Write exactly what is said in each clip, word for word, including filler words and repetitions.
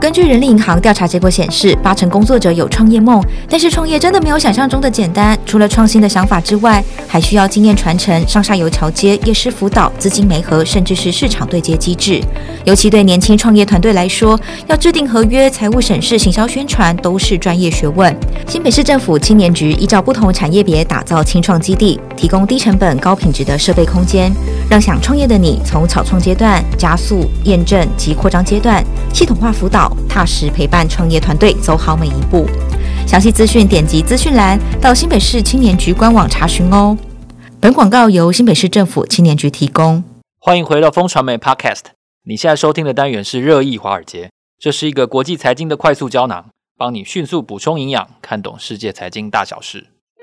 根据人力银行调查结果显示，八成工作者有创业梦，但是创业真的没有想象中的简单。除了创新的想法之外，还需要经验传承、上下游桥接、业师辅导、资金媒合，甚至是市场对接机制。尤其对年轻创业团队来说，要制定合约、财务审视、行销宣传都是专业学问。新北市政府青年局依照不同产业别打造青创基地，提供低成本、高品质的设备空间，让想创业的你从草创阶段、加速、验证及扩张阶段，系统化辅导，踏实陪伴创业团队走好每一步。详细资讯点击资讯栏到新北市青年局官网查询哦。本广告由新北市政府青年局提供。 欢迎回到风传媒 Podcast， 你现在收听的单元是热议华尔街，这是一个国际财经的快速胶囊，帮你迅速补充营养，看懂世界财经大小事。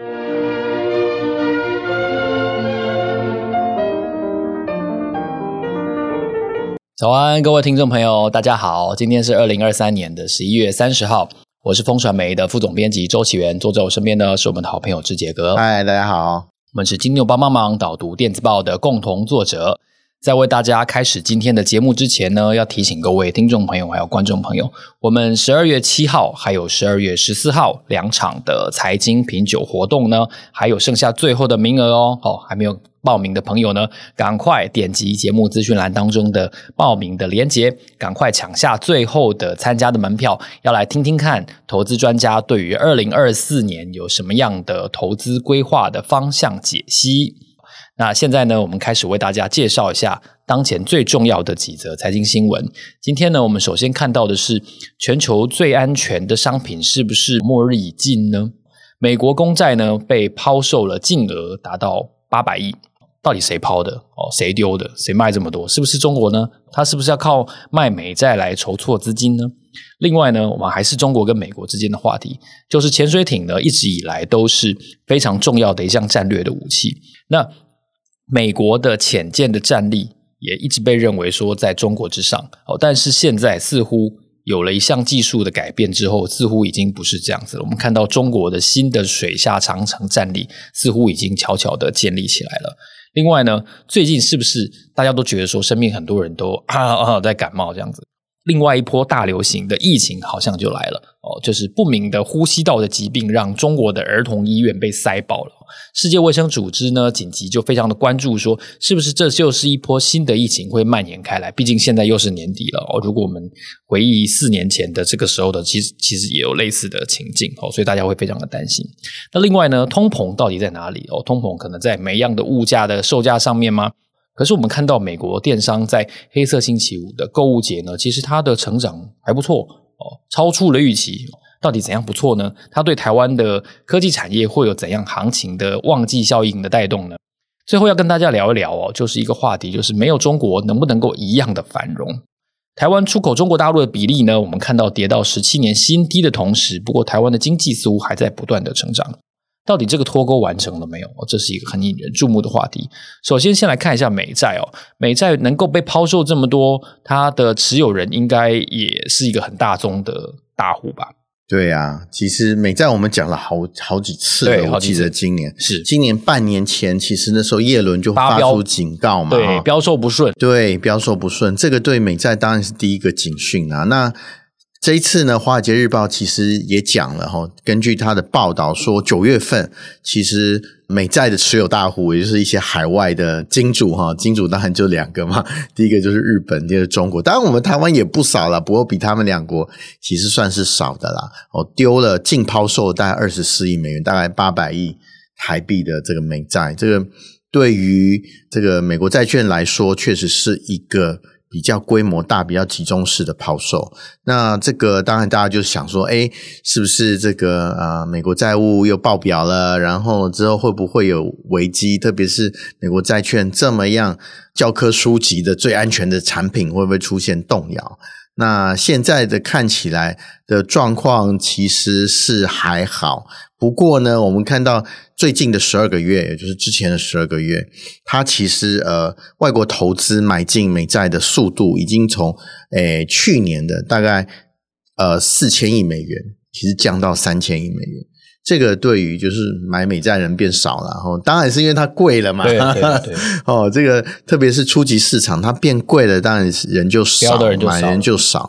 早安，各位听众朋友，大家好，今天是二零二三年的十一月三十号，我是风传媒的副总编辑周启源，坐在我身边呢是我们的好朋友志杰哥。 嗨，大家好， 我们是金牛帮帮忙导读电子报的共同作者。在为大家开始今天的节目之前呢，要提醒各位听众朋友还有观众朋友，我们十二月七号还有十二月十四号两场的财经品酒活动呢，还有剩下最后的名额哦。哦，还没有报名的朋友呢，赶快点击节目资讯栏当中的报名的连结，赶快抢下最后的参加的门票，要来听听看投资专家对于二零二四年有什么样的投资规划的方向解析。那现在呢，我们开始为大家介绍一下当前最重要的几则财经新闻。今天呢，我们首先看到的是全球最安全的商品是不是末日已近呢？美国公债呢被抛售了，净额达到八百亿。到底谁抛的？哦，谁丢的？谁卖这么多？是不是中国呢？他是不是要靠卖美债来筹措资金呢？另外呢，我们还是中国跟美国之间的话题，就是潜水艇呢一直以来都是非常重要的一项战略的武器。那美国的潜舰的战力也一直被认为说在中国之上，哦，但是现在似乎有了一项技术的改变之后，似乎已经不是这样子了。我们看到中国的新的水下长程战力似乎已经悄悄的建立起来了。另外呢，最近是不是大家都觉得说身边很多人都啊啊在感冒这样子？另外一波大流行的疫情好像就来了哦，就是不明的呼吸道的疾病让中国的儿童医院被塞爆了。世界卫生组织呢紧急就非常的关注说，是不是这就是一波新的疫情会蔓延开来？毕竟现在又是年底了哦，如果我们回忆四年前的这个时候的，其实其实也有类似的情境哦，所以大家会非常的担心。那另外呢，通膨到底在哪里哦？通膨可能在每样的物价的售价上面吗？可是我们看到美国电商在黑色星期五的购物节呢，其实它的成长还不错哦，超出了预期。到底怎样不错呢？它对台湾的科技产业会有怎样行情的旺季效应的带动呢？最后要跟大家聊一聊哦，就是一个话题，就是没有中国能不能够一样的繁荣？台湾出口中国大陆的比例呢，我们看到跌到十七年新低的同时，不过台湾的经济似乎还在不断的成长。到底这个脱钩完成了没有？这是一个很引人注目的话题。首先先来看一下美债哦，美债能够被抛售这么多，它的持有人应该也是一个很大宗的大户吧？ 对啊，其实美债我们讲了好好几次了，我记得今年是今年半年前，其实那时候耶伦就发出警告嘛， 对，标售不顺， 对，标售不顺，这个对美债当然是第一个警讯啊。那这一次呢，华尔街日报其实也讲了齁，根据他的报道说，九月份其实美债的持有大户，也就是一些海外的金主齁，金主当然就两个嘛，第一个就是日本，第二个是中国，当然我们台湾也不少啦，不过比他们两国其实算是少的啦。哦，丢了净抛售大概二十四亿美元，大概八百亿台币的这个美债，这个对于这个美国债券来说，确实是一个比较规模大、比较集中式的抛售。那这个当然大家就想说，诶，是不是这个呃美国债务又爆表了，然后之后会不会有危机？特别是美国债券这么样教科书级的最安全的产品，会不会出现动摇？那现在的看起来的状况其实是还好，不过呢，我们看到最近的十二个月，也就是之前的十二个月，它其实呃外国投资买进美债的速度已经从诶去年的大概呃四千亿美元，其实降到三千亿美元。这个对于就是买美债人变少了，哦，当然是因为它贵了嘛。 对对对。 哦，这个特别是初级市场它变贵了，当然人就少， 人就少买人就少。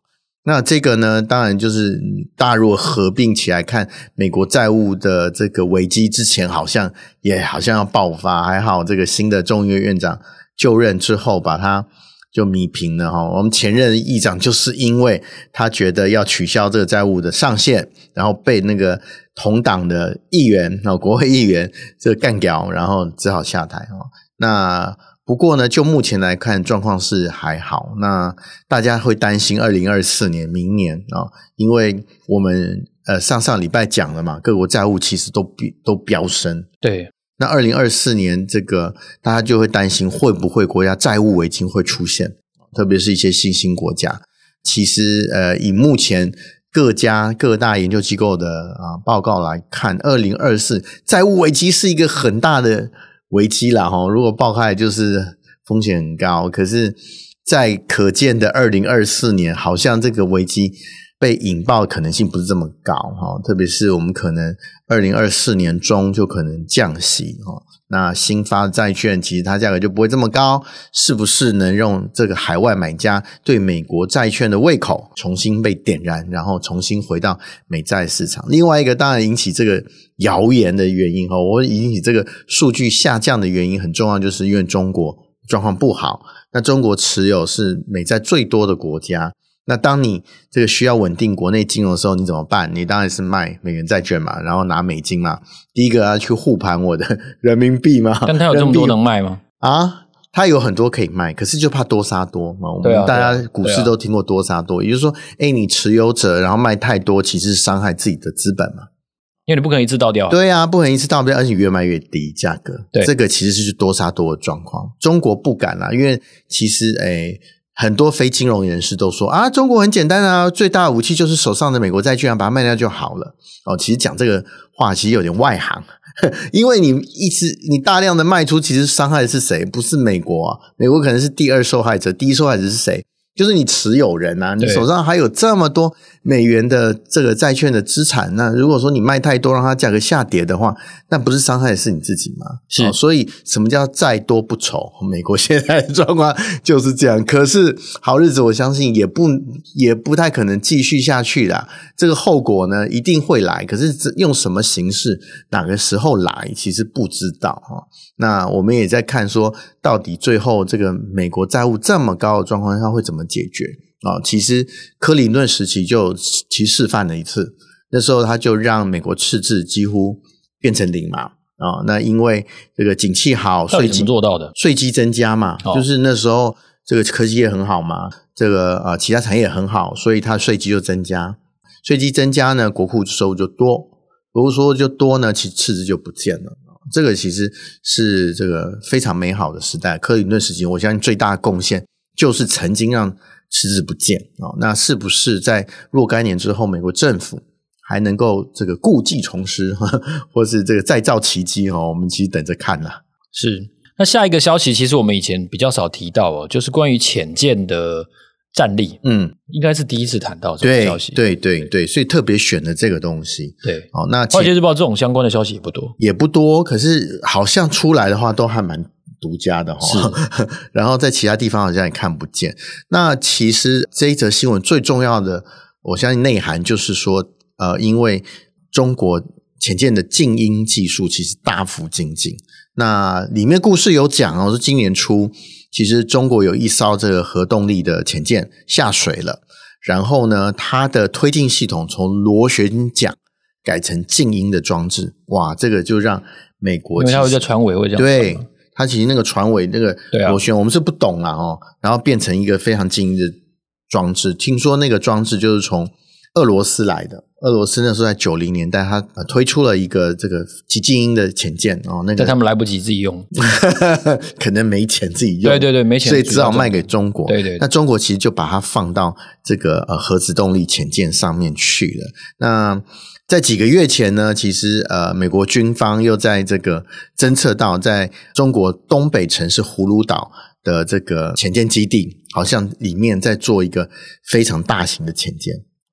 那这个呢，当然就是大家如果合并起来看，美国债务的这个危机之前好像也好像要爆发，还好这个新的众议院院长就任之后把它就弭平了齁。我们前任议长就是因为他觉得要取消这个债务的上限，然后被那个同党的议员国会议员这个干掉，然后只好下台齁。那不过呢，就目前来看状况是还好，那大家会担心二零二四年明年啊，因为我们呃上上礼拜讲了嘛，各国债务其实都都飙升。 对， 那二零二四年这个大家就会担心会不会国家债务危机会出现，特别是一些新兴国家。其实呃以目前各家各大研究机构的啊报告来看，二零二四债务危机是一个很大的危机啦齁，如果爆开来就是风险很高，可是在可见的二零二四年好像这个危机被引爆的可能性不是这么高齁，特别是我们可能二零二四年中就可能降息齁，那新发债券其实它价格就不会这么高，是不是能让这个海外买家对美国债券的胃口重新被点燃，然后重新回到美债市场。另外一个当然引起这个谣言的原因，我引起这个数据下降的原因很重要，就是因为中国状况不好，那中国持有是美债最多的国家，那当你这个需要稳定国内金融的时候，你怎么办？你当然是卖美元债券嘛，然后拿美金嘛。第一个要去护盘我的人民币嘛。 但它有这么多能卖吗？ 啊，它有很多可以卖，可是就怕多杀多嘛。我们大家股市都听过多杀多，也就是说，诶你持有者然后卖太多，其实是伤害自己的资本嘛。 因为你不可能一次倒掉。 对啊，不可能一次倒掉，而且越卖越低价格。 对， 这个其实是多杀多的状况。中国不敢啦，因为其实诶很多非金融人士都说啊，中国很简单啊，最大的武器就是手上的美国债券啊，把它卖掉就好了。哦，其实讲这个话其实有点外行，因为你一直你大量的卖出，其实伤害的是谁？不是美国啊，美国可能是第二受害者，第一受害者是谁？就是你持有人啊，你手上还有这么多美元的这个债券的资产，那如果说你卖太多让它价格下跌的话，那不是伤害的是你自己吗？ 是、 哦、所以什么叫债多不愁，美国现在的状况就是这样。可是好日子我相信也不也不太可能继续下去啦，这个后果呢一定会来，可是用什么形式哪个时候来其实不知道、哦、那我们也在看说到底最后这个美国债务这么高的状况下会怎么解决、哦、其实克林顿时期就其实示范了一次，那时候他就让美国赤字几乎变成零嘛、哦、那因为这个景气好，税怎么做到的？ 税基增加嘛、哦、就是那时候这个科技业很好嘛，这个呃其他产业也很好，所以它税基就增加，税基增加呢国库收入就多，国库收入就多呢，其实赤字就不见了。这个其实是这个非常美好的时代，克林顿时期我相信最大的贡献就是曾经让赤字不见、哦、那是不是在若干年之后美国政府还能够这个故技重施或是这个再造奇迹、哦、我们其实等着看啦。 是，那下一个消息其实我们以前比较少提到哦，就是关于潜舰的战力，嗯，应该是第一次谈到这个消息。 对对对对，所以特别选了这个东西。 对， 哦，那华尔街日报这种相关的消息也不多， 也不多，可是好像出来的话都还蛮独家的、哦、是然后在其他地方好像也看不见。那其实这一则新闻最重要的我相信内涵就是说呃，因为中国潜舰的静音技术其实大幅精进，那里面故事有讲哦，是今年初其实中国有一艘这个核动力的潜舰下水了，然后呢它的推进系统从螺旋桨改成静音的装置，哇，这个就让美国因为它会在船尾会这样， 对，它其实那个船尾那个螺旋、啊、我们是不懂啦哦，然后变成一个非常静音的装置，听说那个装置就是从俄罗斯来的，俄罗斯那时候在九零年代它推出了一个这个极静音的潜舰哦，那个但他们来不及自己用可能没钱自己用， 对对对，没钱， 所以只好卖给中国。 对 对, 对， 那中国其实就把它放到这个呃核子动力潜舰上面去了。那在几个月前呢，其实呃美国军方又在这个侦测到在中国东北城市葫芦岛的这个潜舰基地，好像里面在做一个非常大型的潜舰。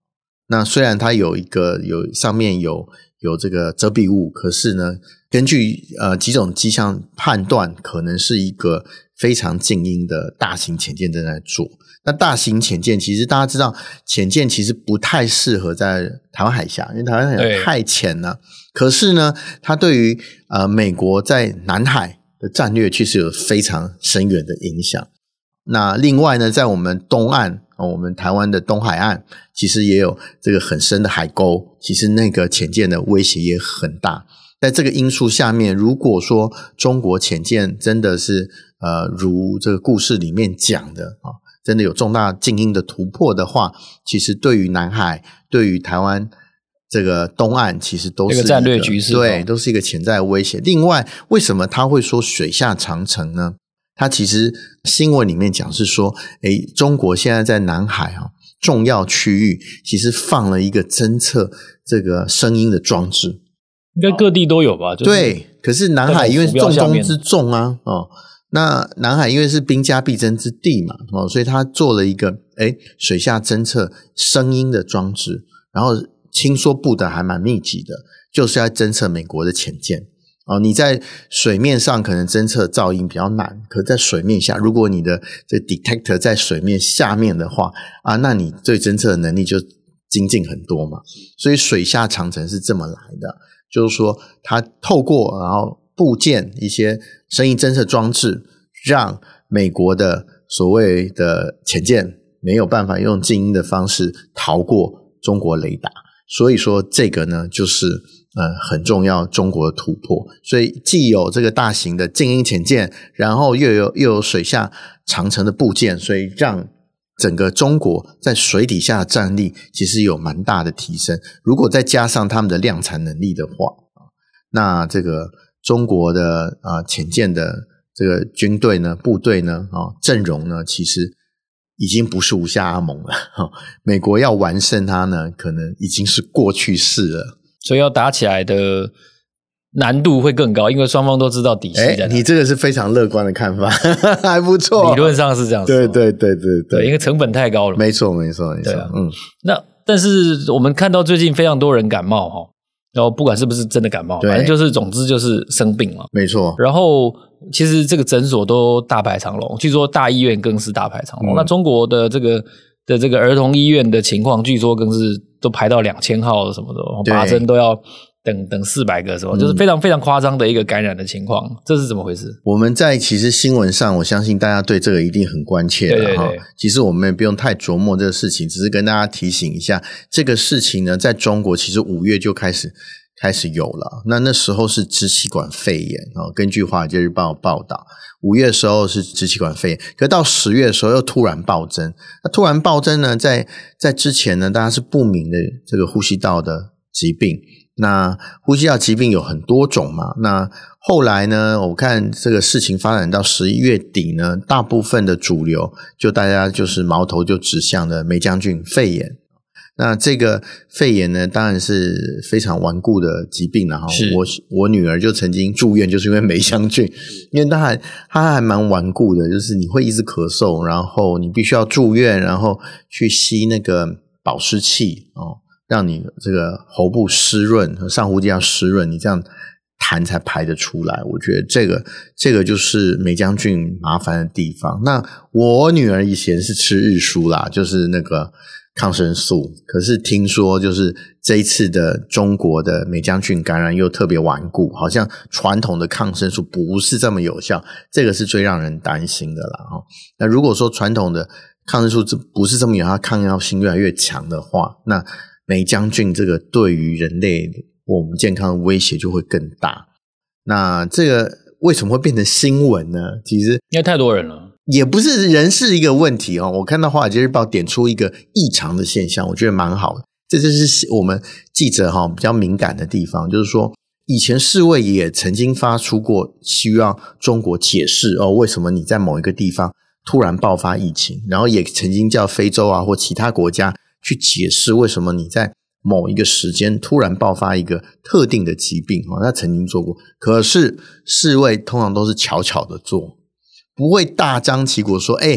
那虽然它有一个有上面有有这个遮蔽物，可是呢，根据呃几种迹象判断，可能是一个非常静音的大型潜舰正在做。那大型潜舰其实大家知道，潜舰其实不太适合在台湾海峡，因为台湾海峡太浅了。可是呢，它对于呃美国在南海的战略其实有非常深远的影响。那另外呢，在我们东岸，我们台湾的东海岸其实也有这个很深的海沟，其实那个潜舰的威胁也很大。在这个因素下面，如果说中国潜舰真的是呃如这个故事里面讲的啊，真的有重大静音的突破的话，其实对于南海，对于台湾这个东岸其实都是一个战略局势， 对，都是一个潜在的威胁。另外，为什么他会说水下长城呢？他其实新闻里面讲是说，诶，中国现在在南海啊重要区域，其实放了一个侦测这个声音的装置， 应该各地都有吧？就是、 对，可是南海因为是重中之重啊，哦，那南海因为是兵家必争之地嘛，哦，所以他做了一个诶水下侦测声音的装置，然后听说布的还蛮密集的，就是要侦测美国的潜舰。哦，你在水面上可能侦测噪音比较难，可是在水面下，如果你的这 detector 在水面下面的话啊，那你对侦测的能力就精进很多嘛。所以水下长城是这么来的，就是说它透过然后部件一些声音侦测装置，让美国的所谓的潜舰没有办法用静音的方式逃过中国雷达。所以说这个呢就是呃很重要中国的突破，所以既有这个大型的静音潜舰，然后又有又有水下长城的部件，所以让整个中国在水底下的战力其实有蛮大的提升。如果再加上他们的量产能力的话，那这个中国的呃潜舰的这个军队呢部队呢哦阵容呢其实已经不是吴下阿蒙了，美国要完胜它呢可能已经是过去式了， 所以要打起来的难度会更高，因为双方都知道底细在哪。 你这个是非常乐观的看法还不错， 理论上是这样说， 对对对对对, 对，因为成本太高了， 没错没错没错、啊、嗯。 那但是我们看到最近非常多人感冒齁，然后不管是不是真的感冒，反正就是总之就是生病了， 没错。 然后其实这个诊所都大排长龙，据说大医院更是大排长龙、嗯、那中国的这个的这个儿童医院的情况据说更是都排到两千号什么的，拔针都要等等四百个什么、嗯、就是非常非常夸张的一个感染的情况，这是怎么回事？ 我们在其实新闻上我相信大家对这个一定很关切的， 对对对， 其实我们也不用太琢磨这个事情，只是跟大家提醒一下，这个事情呢在中国其实五月就开始开始有了，那那时候是支气管肺炎、哦、根据华尔街日报报道，五月的时候是支气管肺炎，可到十月的时候又突然暴增。那突然暴增呢，在在之前呢，大家是不明的这个呼吸道的疾病。那呼吸道疾病有很多种嘛，那后来呢，我看这个事情发展到十一月底呢，大部分的主流就大家就是矛头就指向了梅将军肺炎。那这个肺炎呢当然是非常顽固的疾病啦，我我女儿就曾经住院就是因为梅将军，因为它还它还蛮顽固的，就是你会一直咳嗽，然后你必须要住院，然后去吸那个保湿器哦，让你这个喉部湿润，上呼吸道湿润，你这样痰才排得出来。我觉得这个这个就是梅将军麻烦的地方。那我女儿以前是吃日舒啦，就是那个抗生素，可是听说就是这一次的中国的梅将军感染又特别顽固，好像传统的抗生素不是这么有效，这个是最让人担心的啦。那如果说传统的抗生素不是这么有效，抗药性越来越强的话，那梅将军这个对于人类我们健康的威胁就会更大。那这个为什么会变成新闻呢？其实因为太多人了， 也不是人是一个问题哦。我看到华尔街日报点出一个异常的现象，我觉得蛮好的，这就是我们记者哈比较敏感的地方，就是说以前世卫也曾经发出过希望中国解释哦，为什么你在某一个地方突然爆发疫情，然后也曾经叫非洲啊或其他国家去解释为什么你在某一个时间突然爆发一个特定的疾病哦，他曾经做过，可是世卫通常都是悄悄的做，不会大张旗鼓说，哎、欸，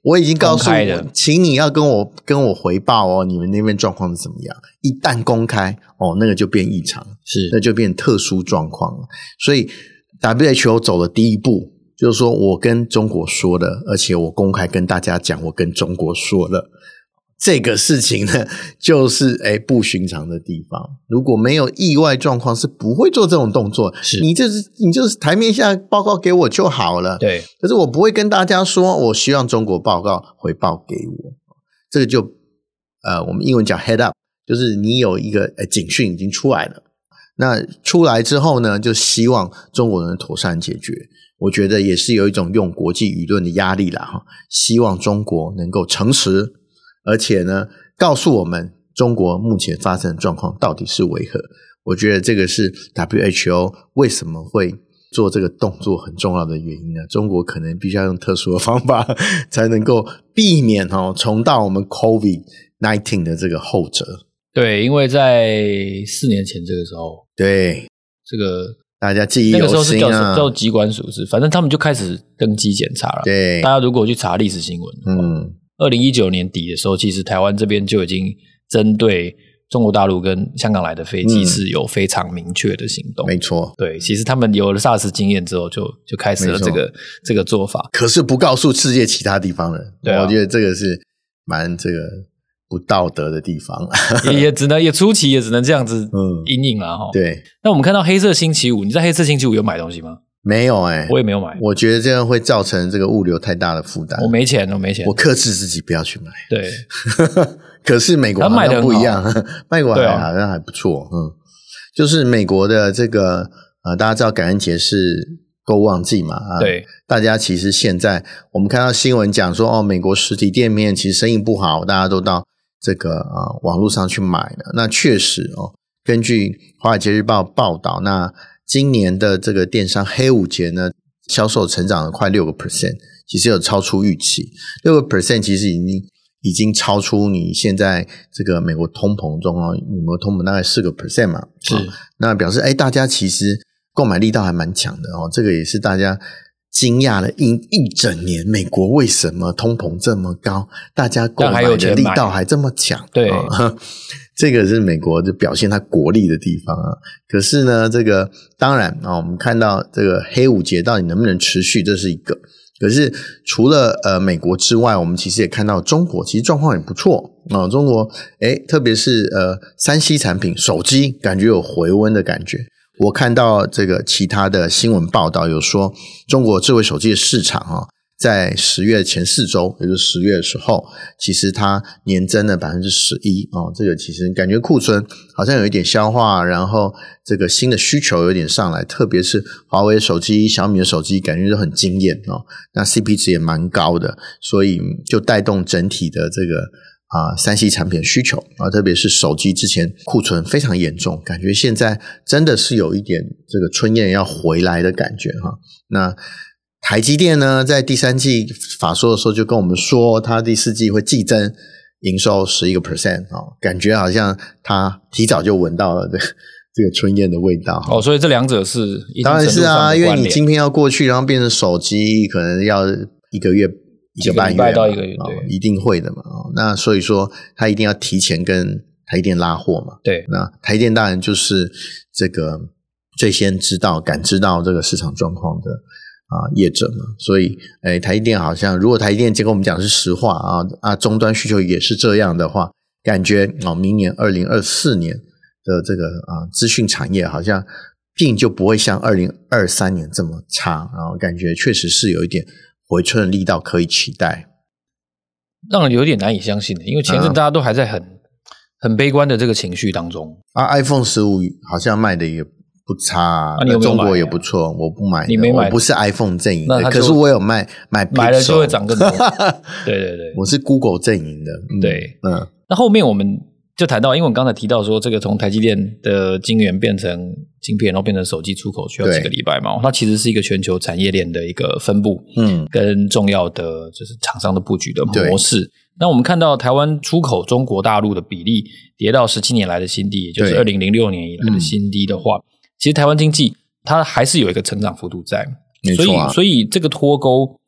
我已经告诉我， 请你要跟我跟我回报哦，你们那边状况是怎么样？一旦公开哦，那个就变异常， 是那就变特殊状况了。所以 W H O 走了第一步，就是说我跟中国说了，而且我公开跟大家讲，我跟中国说了。这个事情呢，就是诶不寻常的地方。如果没有意外状况，是不会做这种动作。 是你就是你就是台面下报告给我就好了。 对， 可是我不会跟大家说，我希望中国报告回报给我。这个就呃，我们英文讲 head up， 就是你有一个呃警讯已经出来了。那出来之后呢，就希望中国能妥善解决。我觉得也是有一种用国际舆论的压力啦，哈，希望中国能够诚实。而且呢，告诉我们中国目前发生的状况到底是为何？我觉得这个是 W H O 为什么会做这个动作很重要的原因呢？中国可能必须要用特殊的方法才能够避免哦重蹈我们 COVID 十九 的这个后辙。 对，因为在四年前这个时候， 对这个大家记忆犹新啊， 那个时候是叫叫机关署是，反正他们就开始登机检查了。 对， 大家如果去查历史新闻，嗯。二零一九年底的时候，其实台湾这边就已经针对中国大陆跟香港来的飞机是有非常明确的行动。 没错， 对，其实他们有了 SARS 经验之后就，就就开始了这个这个做法。 可是不告诉世界其他地方人， 对啊， 我觉得这个是蛮这个不道德的地方。 也也只能也初期也只能这样子因应啦哈。 对， 那我们看到黑色星期五，你在黑色星期五有买东西吗？ 没有哎、欸， 我也没有买。 我觉得这样会造成这个物流太大的负担。 我没钱，我没钱， 我克制自己不要去买。 对， 可是美国好像不一样，美国还好像还不错。嗯，就是美国的这个呃，大家知道感恩节是购物旺季嘛？啊， 对， 大家其实现在我们看到新闻讲说，哦，美国实体店面其实生意不好，大家都到这个呃网络上去买了。那确实哦，根据华尔街日报报道，那今年的这个电商黑五节呢，销售成长了快 百分之六， 其实有超出预期。百分之六 其实已经已经超出你现在这个美国通膨中哦，美国通膨大概 百分之四 嘛， 是、 哦、那表示哎，大家其实购买力道还蛮强的哦，这个也是大家惊讶了一一整年，美国为什么通膨这么高，大家购买的力道还这么强？ 对。 哦这个是美国就表现它国力的地方啊。可是呢，这个当然啊，我们看到这个黑五节到底能不能持续，这是一个。可是除了呃美国之外，我们其实也看到中国其实状况也不错啊。中国诶特别是呃三 C 产品，手机感觉有回温的感觉。我看到这个其他的新闻报道有说，中国智慧手机的市场啊。在十月前四周，也就是十月的时候，其实它年增了 百分之十一 哦，这个其实感觉库存好像有一点消化，然后这个新的需求有点上来，特别是华为手机、小米的手机感觉都很惊艳哦，那 C P 值也蛮高的，所以就带动整体的这个啊三 C 产品需求啊，特别是手机之前库存非常严重，感觉现在真的是有一点这个春燕要回来的感觉哈，那台积电呢，在第三季法说的时候就跟我们说，它第四季会季增营收 百分之十一 哦，感觉好像它提早就闻到了这个这个春燕的味道哦，所以这两者是一定程度上的关联。当然是啊， 因为你晶片要过去，然后变成手机，可能要一个月、一个半月， 几个礼拜到一个月， 哦，一定会的嘛。哦，那所以说，它一定要提前跟台积电拉货嘛。 对， 那台积电当然就是这个最先知道、感知到这个市场状况的。啊，业者嘛，所以，诶，台积电好像，如果台积电结果我们讲的是实话啊，啊，终端需求也是这样的话，感觉哦，明年二零二四年的这个啊资讯产业好像并就不会像二零二三年这么差，然后感觉确实是有一点回春的力道可以期待， 让人有点难以相信的，因为前阵大家都还在很、嗯、很悲观的这个情绪当中啊 ，iPhone 十五好像卖的也不差、啊啊、你有没有买中国也不错，我不买的， 你没买， 我不是 iPhone 阵营的，可是我有卖买 Pixel， 买了就会涨更多。对对对， 我是 Google 阵营的。 嗯、对，嗯，那后面我们就谈到，因为我们刚才提到说，这个从台积电的晶圆变成晶片，然后变成手机出口需要几个礼拜嘛，它其实是一个全球产业链的一个分布，嗯，跟重要的就是厂商的布局的模式。那我们看到台湾出口中国大陆的比例跌到十七年来的新低，也就是二零零六年以来的新低的话。其实台湾经济它还是有一个成长幅度在， 没错啊， 所以所以这个脱钩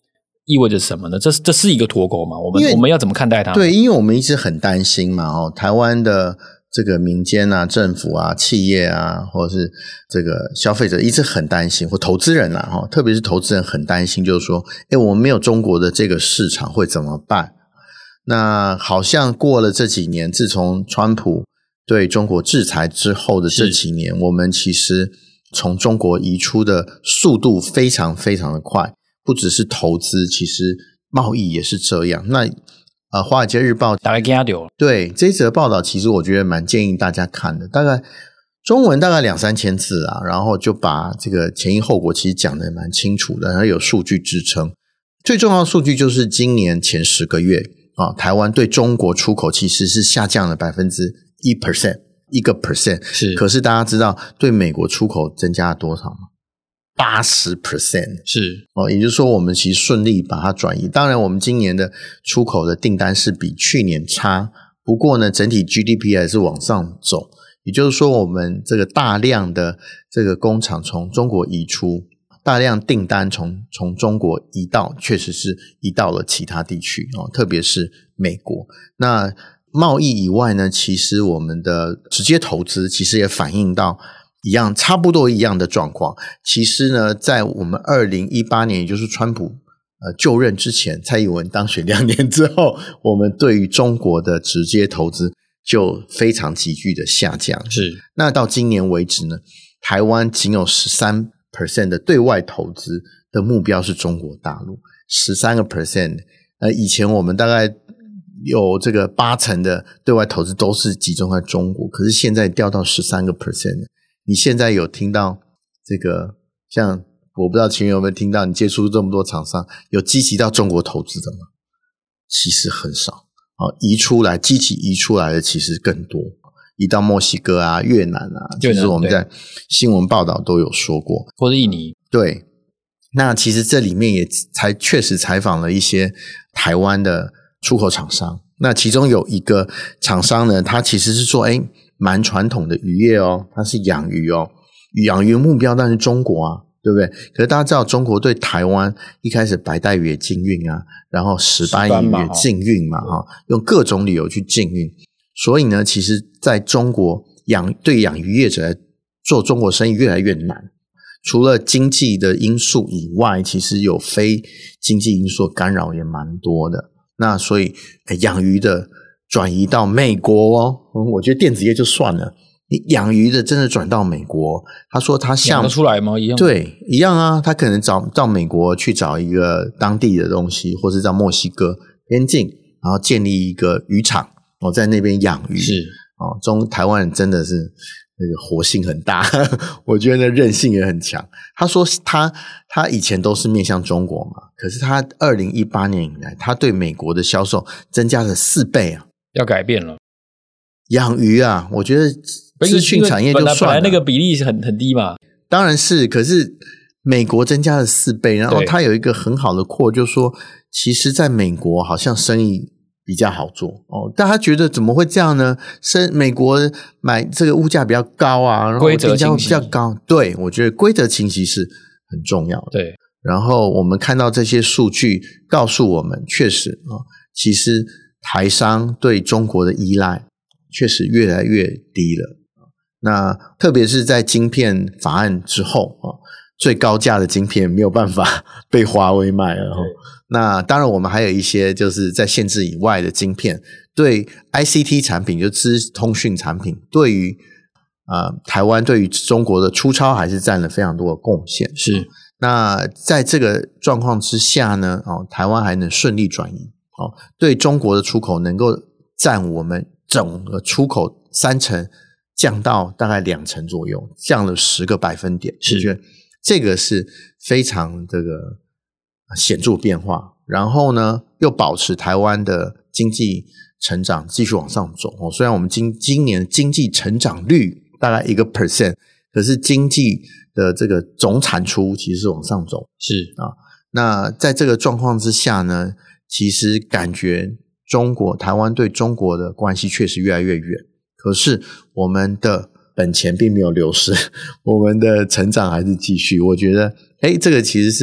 意味着什么呢？这这是一个脱钩吗？我们我们要怎么看待它？ 对，因为我们一直很担心嘛，哦，台湾的这个民间啊、政府啊、企业啊，或者是这个消费者一直很担心，或投资人啦，哈，特别是投资人很担心，就是说，诶，我们没有中国的这个市场会怎么办？那好像过了这几年，自从川普对中国制裁之后的这几年，我们其实从中国移出的速度非常非常的快。不只是投资，其实贸易也是这样。那呃，《华尔街日报》 大概给他丢对这一则报道，其实我觉得蛮建议大家看的，大概中文大概两三千字啊，然后就把这个前因后果其实讲得蛮清楚的，然后有数据支撑。最重要的数据就是今年前十个月啊，台湾对中国出口其实是下降了百分之一 percent， 一个 percent 是。 可是大家知道对美国出口增加了多少吗？八十 percent 是哦，也就是说我们其实顺利把它转移。当然我们今年的出口的订单是比去年差，不过呢整体 G D P 还是往上走，也就是说我们这个大量的这个工厂从中国移出，大量订单从从中国移到，确实是移到了其他地区哦，特别是美国。那贸易以外呢，其实我们的直接投资其实也反映到一样差不多一样的状况。其实呢在我们二零一八年，也就是川普呃就任之前，蔡英文当选两年之后，我们对于中国的直接投资就非常急剧的下降。 是。 那到今年为止呢，台湾仅有 百分之十三 的对外投资的目标是中国大陆 百分之十三 呃以前我们大概有这个八成的对外投资都是集中在中国，可是现在掉到 百分之十三 你现在有听到这个，像我不知道秦有没有听到，你接触这么多厂商有积极到中国投资的吗？其实很少、哦、移出来积极移出来的其实更多，移到墨西哥啊、越南啊，其实我们在新闻报道都有说过， 或者印尼。 对，那其实这里面也才确实采访了一些台湾的出口厂商，那其中有一个厂商呢，他其实是做诶蛮传统的渔业哦，它是养鱼哦，养鱼的目标当然是中国啊，对不对？可是大家知道中国对台湾一开始白带鱼也禁运啊，然后石斑鱼也禁运嘛、哦、用各种理由去禁运，所以呢其实在中国养对养鱼业者来做中国生意越来越难。除了经济的因素以外，其实有非经济因素干扰也蛮多的。那所以养鱼的转移到美国哦，我觉得电子业就算了，你养鱼的真的转到美国，他说他像养得出来吗？一样。 对，一样啊，他可能找到美国去找一个当地的东西，或是到墨西哥边境，然后建立一个渔场，我、哦、在那边养鱼。 是哦，中台湾人真的是那个活性很大，我觉得韧性也很强。他说他他以前都是面向中国嘛，可是他二零一八年以来，他对美国的销售增加了四倍啊。 要改变了。 养鱼啊，我觉得资讯产业就算了， 本来那个比例是很很低嘛。 当然是，可是美国增加了四倍，然后它有一个很好的扩，就是说其实在美国好像生意比较好做哦，大家觉得怎么会这样呢？生美国买这个物价比较高啊，然后定价比较高。对，我觉得规则清晰是很重要的。 对， 然后我们看到这些数据告诉我们，确实啊、哦，其实台商对中国的依赖确实越来越低了。那特别是在晶片法案之后啊、哦，最高价的晶片没有办法被华为买了、哦。那当然我们还有一些就是在限制以外的晶片，对 I C T 产品就资通讯产品，对于呃台湾对于中国的出超还是占了非常多的贡献。 是， 那在这个状况之下呢，哦，台湾还能顺利转移，哦，对中国的出口能够占我们整个出口三成，降到大概两成左右，降了十个百分点。 是， 我觉得这个是非常这个显著变化。然后呢，又保持台湾的经济成长继续往上走。哦，虽然我们今今年经济成长率大概一个 percent， 可是经济的这个总产出其实是往上走。 是啊，那在这个状况之下呢，其实感觉中国台湾对中国的关系确实越来越远，可是我们的本钱并没有流失，我们的成长还是继续。我觉得诶这个其实是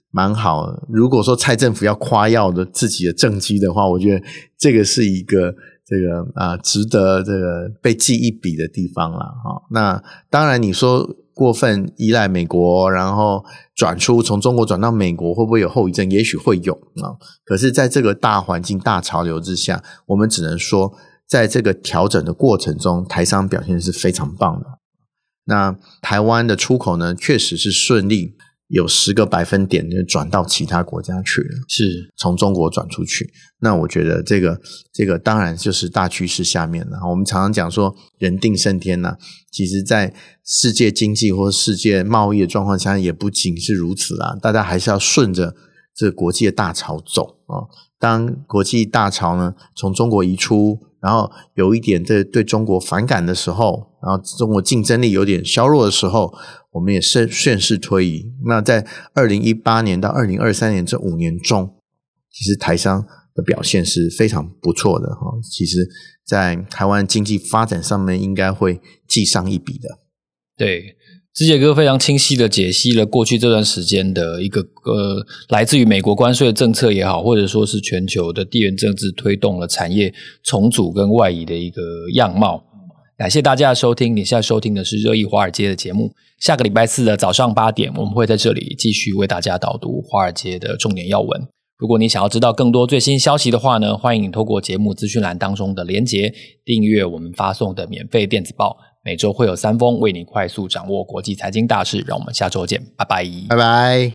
蛮好。如果说蔡政府要夸耀的自己的政绩的话，我觉得这个是一个这个啊、呃、值得这个被记一笔的地方啦。哈。那当然你说过分依赖美国，然后转出从中国转到美国，会不会有后遗症？也许会有啊。可是在这个大环境大潮流之下，我们只能说在这个调整的过程中，台商表现是非常棒的。那台湾的出口呢，确实是顺利，有十个百分点就转到其他国家去了， 是从中国转出去。那我觉得这个这个当然就是大趋势下面了。我们常常讲说人定胜天啊，其实在世界经济或世界贸易的状况下也不仅是如此啊，大家还是要顺着这个国际的大潮走啊。当国际大潮呢从中国移出，然后有一点对对中国反感的时候，然后中国竞争力有点削弱的时候，我们也是顺势推移。那在二零一八年到二零二三年这五年中，其实台商的表现是非常不错的。其实在台湾经济发展上面应该会记上一笔的。 对，芝杰哥非常清晰的解析了过去这段时间的一个呃，来自于美国关税的政策也好，或者说是全球的地缘政治推动了产业重组跟外移的一个样貌。感谢大家的收听，你现在收听的是热议华尔街的节目。下个礼拜四的早上八点，我们会在这里继续为大家导读华尔街的重点要闻。如果你想要知道更多最新消息的话呢，欢迎你透过节目资讯栏当中的连结订阅我们发送的免费电子报，每周会有三封为你快速掌握国际财经大事。让我们下周见，拜拜， 拜拜。